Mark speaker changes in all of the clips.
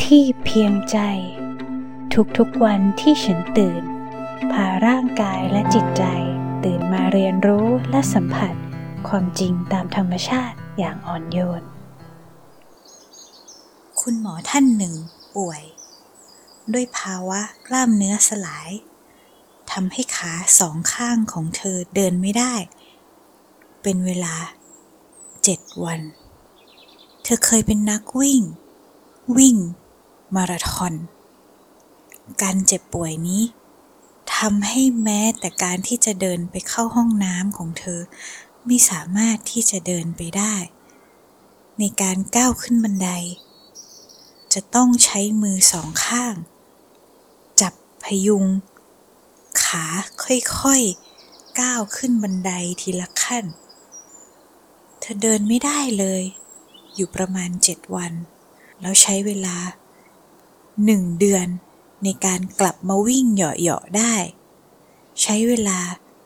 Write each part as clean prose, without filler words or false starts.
Speaker 1: ที่เพียงใจทุกๆวันที่ฉันตื่นพาร่างกายและจิตใจตื่นมาเรียนรู้และสัมผัสความจริงตามธรรมชาติอย่างอ่อนโยน
Speaker 2: คุณหมอท่านหนึ่งป่วยด้วยภาวะกล้ามเนื้อสลายทำให้ขาสองข้างของเธอเดินไม่ได้เป็นเวลา7 วันเธอเคยเป็นนักวิ่งมาราธอนการเจ็บป่วยนี้ทำให้แม้แต่การที่จะเดินไปเข้าห้องน้ำของเธอไม่สามารถที่จะเดินไปได้ในการก้าวขึ้นบันไดจะต้องใช้มือสองข้างจับพยุงขาค่อยๆก้าวขึ้นบันไดทีละขั้นเธอเดินไม่ได้เลยอยู่ประมาณ7 วันแล้วใช้เวลา1 เดือนในการกลับมาวิ่งเหยาะๆได้ใช้เวลา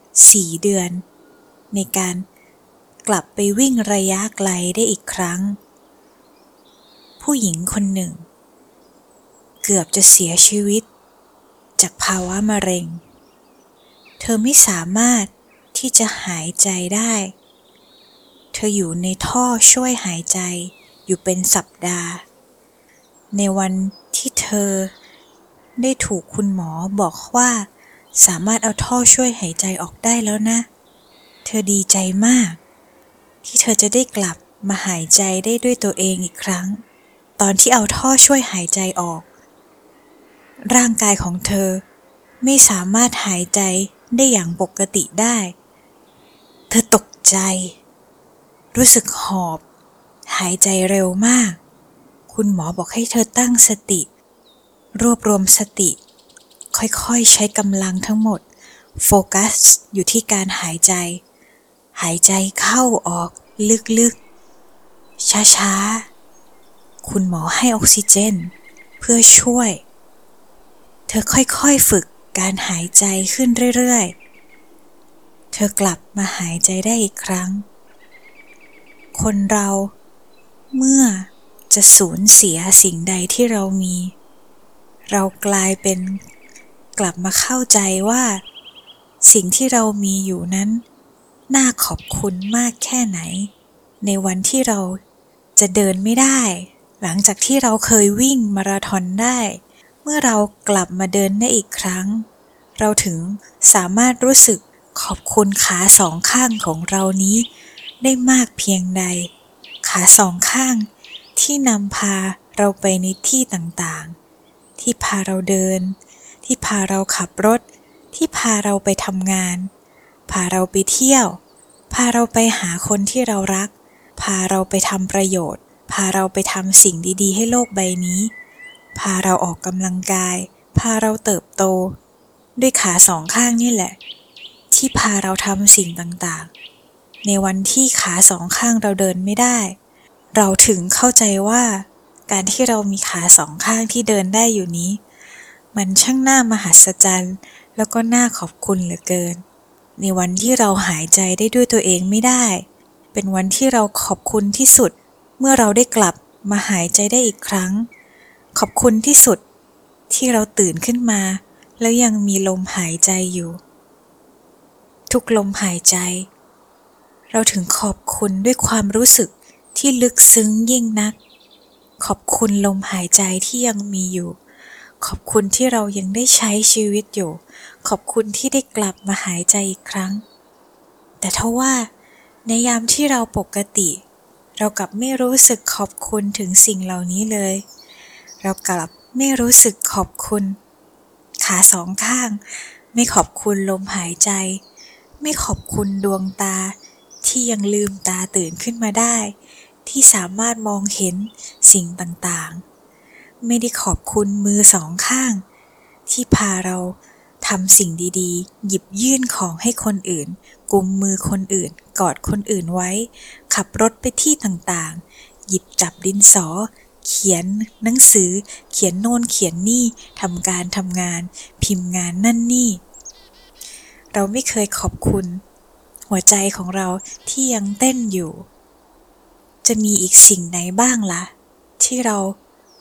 Speaker 2: 4 เดือนในการกลับไปวิ่งระยะไกลได้อีกครั้งผู้หญิงคนหนึ่งเกือบจะเสียชีวิตจากภาวะมะเร็งเธอไม่สามารถที่จะหายใจได้เธออยู่ในท่อช่วยหายใจอยู่เป็นสัปดาห์ในวันที่เธอได้ถูกคุณหมอบอกว่าสามารถเอาท่อช่วยหายใจออกได้แล้วนะเธอดีใจมากที่เธอจะได้กลับมาหายใจได้ด้วยตัวเองอีกครั้งตอนที่เอาท่อช่วยหายใจออกร่างกายของเธอไม่สามารถหายใจได้อย่างปกติได้เธอตกใจรู้สึกหอบหายใจเร็วมากคุณหมอบอกให้เธอตั้งสติรวบรวมสติค่อยๆใช้กำลังทั้งหมดโฟกัสอยู่ที่การหายใจเข้าออกลึกๆช้าๆคุณหมอให้ออกซิเจนเพื่อช่วยเธอค่อยๆฝึกการหายใจขึ้นเรื่อยๆเธอกลับมาหายใจได้อีกครั้งคนเราเมื่อจะสูญเสียสิ่งใดที่เรามีเรากลายเป็นกลับมาเข้าใจว่าสิ่งที่เรามีอยู่นั้นน่าขอบคุณมากแค่ไหนในวันที่เราจะเดินไม่ได้หลังจากที่เราเคยวิ่งมาราธอนได้เมื่อเรากลับมาเดินได้อีกครั้งเราถึงสามารถรู้สึกขอบคุณขาสองข้างของเรานี้ได้มากเพียงใดขาสองข้างที่นำพาเราไปในที่ต่างๆที่พาเราเดินที่พาเราขับรถที่พาเราไปทำงานพาเราไปเที่ยวพาเราไปหาคนที่เรารักพาเราไปทำประโยชน์พาเราไปทำสิ่งดีๆให้โลกใบนี้พาเราออกกำลังกายพาเราเติบโตด้วยขาสองข้างนี่แหละที่พาเราทำสิ่งต่างๆในวันที่ขาสองข้างเราเดินไม่ได้เราถึงเข้าใจว่าการที่เรามีขาสองข้างที่เดินได้อยู่นี้มันช่างน่ามหัศจรรย์แล้วก็น่าขอบคุณเหลือเกินในวันที่เราหายใจได้ด้วยตัวเองไม่ได้เป็นวันที่เราขอบคุณที่สุดเมื่อเราได้กลับมาหายใจได้อีกครั้งขอบคุณที่สุดที่เราตื่นขึ้นมาแล้วยังมีลมหายใจอยู่ทุกลมหายใจเราถึงขอบคุณด้วยความรู้สึกที่ลึกซึ้งยิ่งนักขอบคุณลมหายใจที่ยังมีอยู่ขอบคุณที่เรายังได้ใช้ชีวิตอยู่ขอบคุณที่ได้กลับมาหายใจอีกครั้งแต่ทว่าในยามที่เราปกติเรากลับไม่รู้สึกขอบคุณถึงสิ่งเหล่านี้เลยเรากลับไม่รู้สึกขอบคุณขาสองข้างไม่ขอบคุณลมหายใจไม่ขอบคุณดวงตาที่ยังลืมตาตื่นขึ้นมาได้ที่สามารถมองเห็นสิ่งต่างๆไม่ได้ขอบคุณมือสองข้างที่พาเราทำสิ่งดีๆหยิบยื่นของให้คนอื่นกุมมือคนอื่นกอดคนอื่นไว้ขับรถไปที่ต่างๆหยิบจับดินสอเขียนหนังสือเขียนโน่นเขียนนี่ทำการทำงานพิมพ์งานนั่นนี่เราไม่เคยขอบคุณหัวใจของเราที่ยังเต้นอยู่จะมีอีกสิ่งไหนบ้างล่ะที่เรา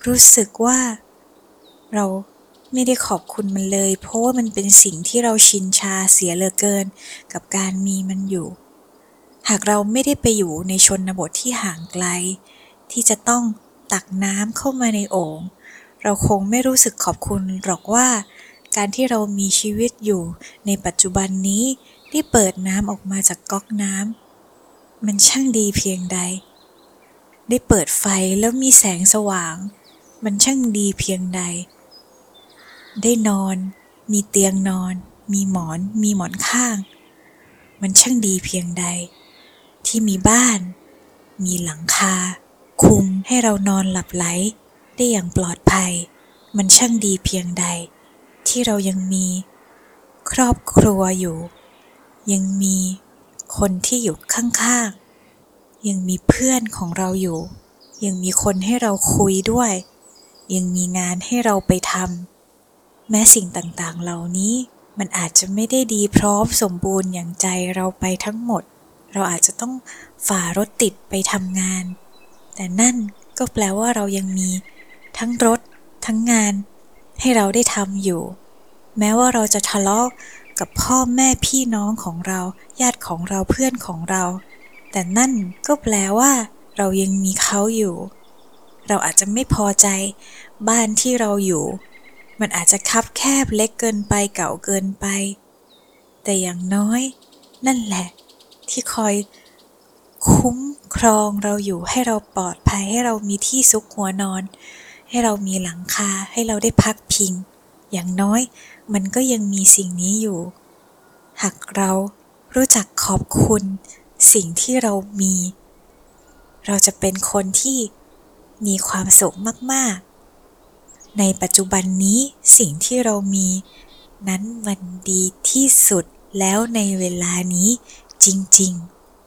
Speaker 2: รู้สึกว่าเราไม่ได้ขอบคุณมันเลยเพราะว่ามันเป็นสิ่งที่เราชินชาเสียเหลือเกินกับการมีมันอยู่หากเราไม่ได้ไปอยู่ในชนบทที่ห่างไกลที่จะต้องตักน้ำเข้ามาในโอ่งเราคงไม่รู้สึกขอบคุณหรอกว่าการที่เรามีชีวิตอยู่ในปัจจุบันนี้ได้เปิดน้ำออกมาจากก๊อกน้ำมันช่างดีเพียงใดได้เปิดไฟแล้วมีแสงสว่างมันช่างดีเพียงใดได้นอนมีเตียงนอนมีหมอนข้างมันช่างดีเพียงใดที่มีบ้านมีหลังคาคุมให้เรานอนหลับไหลได้อย่างปลอดภัยมันช่างดีเพียงใดที่เรายังมีครอบครัวอยู่ยังมีคนที่อยู่ข้างๆยังมีเพื่อนของเราอยู่ยังมีคนให้เราคุยด้วยยังมีงานให้เราไปทำแม้สิ่งต่างๆเหล่านี้มันอาจจะไม่ได้ดีพร้อมสมบูรณ์อย่างใจเราไปทั้งหมดเราอาจจะต้องฝ่ารถติดไปทำงานแต่นั่นก็แปลว่าเรายังมีทั้งรถทั้งงานให้เราได้ทำอยู่แม้ว่าเราจะทะเลาะกับพ่อแม่พี่น้องของเราญาติของเราเพื่อนของเราแต่นั่นก็แปลว่าเรายังมีเขาอยู่เราอาจจะไม่พอใจบ้านที่เราอยู่มันอาจจะคับแคบเล็กเกินไปเก่าเกินไปแต่อย่างน้อยนั่นแหละที่คอยคุ้มครองเราอยู่ให้เราปลอดภัยให้เรามีที่ซุกหัวนอนให้เรามีหลังคาให้เราได้พักพิงอย่างน้อยมันก็ยังมีสิ่งนี้อยู่หากเรารู้จักขอบคุณสิ่งที่เรามีเราจะเป็นคนที่มีความสุขมากๆในปัจจุบันนี้สิ่งที่เรามีนั้นมันดีที่สุดแล้วในเวลานี้จริง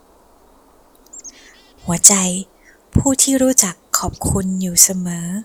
Speaker 2: ๆหัวใจผู้ที่รู้จักขอบคุณอยู่เสมอ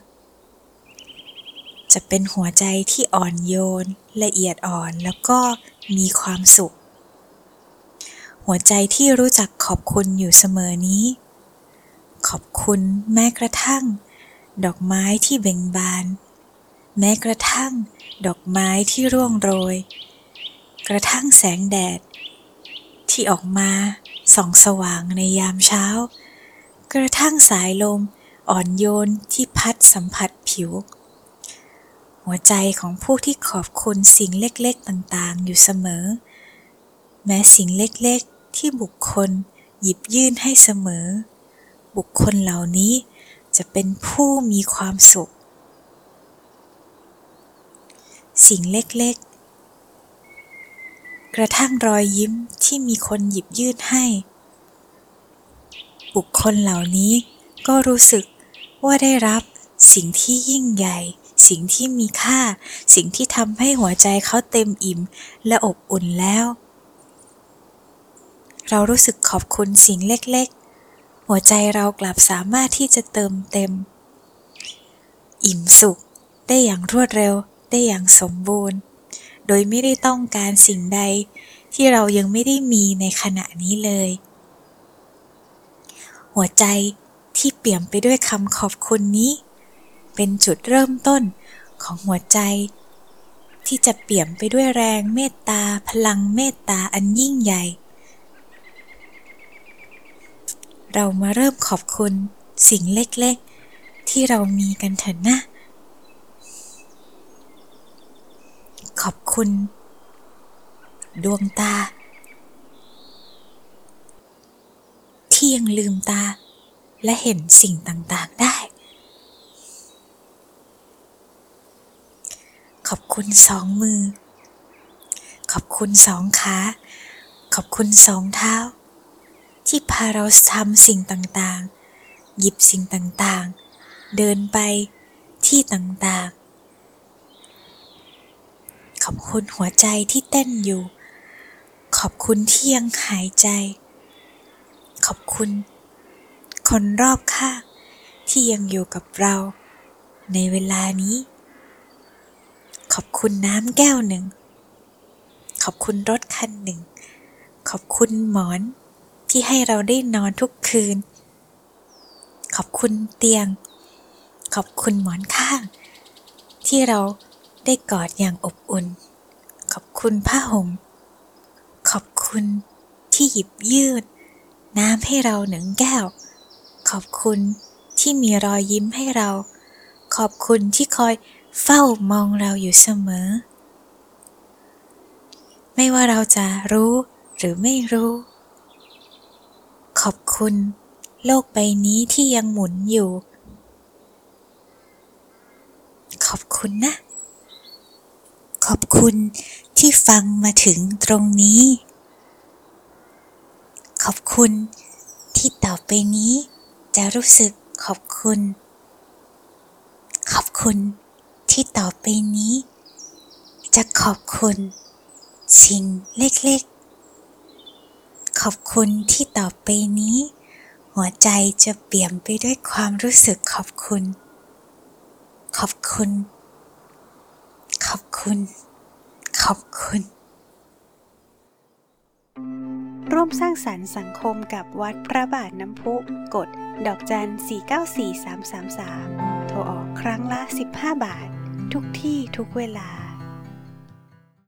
Speaker 2: จะเป็นหัวใจที่อ่อนโยนละเอียดอ่อนแล้วก็มีความสุขหัวใจที่รู้จักขอบคุณอยู่เสมอนี้ขอบคุณแม้กระทั่งดอกไม้ที่เบ่งบานแม้กระทั่งดอกไม้ที่ร่วงโรยกระทั่งแสงแดดที่ออกมาส่องสว่างในยามเช้ากระทั่งสายลมอ่อนโยนที่พัดสัมผัสผิวหัวใจของผู้ที่ขอบคุณสิ่งเล็กๆต่างๆอยู่เสมอแม้สิ่งเล็กๆที่บุคคลหยิบยื่นให้เสมอบุคคลเหล่านี้จะเป็นผู้มีความสุขสิ่งเล็กๆกระทั่งรอยยิ้มที่มีคนหยิบยื่นให้บุคคลเหล่านี้ก็รู้สึกว่าได้รับสิ่งที่ยิ่งใหญ่สิ่งที่มีค่าสิ่งที่ทำให้หัวใจเขาเต็มอิ่มและอบอุ่นแล้วเรารู้สึกขอบคุณสิ่งเล็กๆหัวใจเรากลับสามารถที่จะเติมเต็มอิ่มสุขได้อย่างรวดเร็วได้อย่างสมบูรณ์โดยไม่ได้ต้องการสิ่งใดที่เรายังไม่ได้มีในขณะนี้เลยหัวใจที่เปี่ยมไปด้วยคำขอบคุณนี้เป็นจุดเริ่มต้นของหัวใจที่จะเปี่ยมไปด้วยแรงเมตตาพลังเมตตาอันยิ่งใหญ่เรามาเริ่มขอบคุณสิ่งเล็กๆที่เรามีกันเถอะนะขอบคุณดวงตาที่ยังลืมตาและเห็นสิ่งต่างๆได้ขอบคุณสองมือขอบคุณสองขาขอบคุณสองเท้าที่พาเราทำสิ่งต่างๆหยิบสิ่งต่างๆเดินไปที่ต่างๆขอบคุณหัวใจที่เต้นอยู่ขอบคุณที่ยังหายใจขอบคุณคนรอบข้างที่ยังอยู่กับเราในเวลานี้ขอบคุณน้ำแก้วหนึ่งขอบคุณรถคันหนึ่งขอบคุณหมอนที่ให้เราได้นอนทุกคืนขอบคุณเตียงขอบคุณหมอนข้างที่เราได้กอดอย่างอบอุ่นขอบคุณผ้าห่มขอบคุณที่หยิบยื่นน้ำให้เราหนึ่งแก้วขอบคุณที่มีรอยยิ้มให้เราขอบคุณที่คอยเฝ้ามองเราอยู่เสมอไม่ว่าเราจะรู้หรือไม่รู้ขอบคุณโลกใบนี้ที่ยังหมุนอยู่ขอบคุณนะขอบคุณที่ฟังมาถึงตรงนี้ขอบคุณที่ต่อไปนี้จะรู้สึกขอบคุณขอบคุณที่ต่อไปนี้จะขอบคุณสิ่งเล็กๆขอบคุณที่ต่อไปนี้หัวใจจะเปี่ยมไปด้วยความรู้สึกขอบคุณขอบคุณขอบคุณขอบคุณ
Speaker 1: ร่วมสร้างสรรค์สังคมกับวัดพระบาทน้ำพุกดดอกจัน 494333 โทรออกครั้งละ 15 บาท ทุกที่ทุกเวลา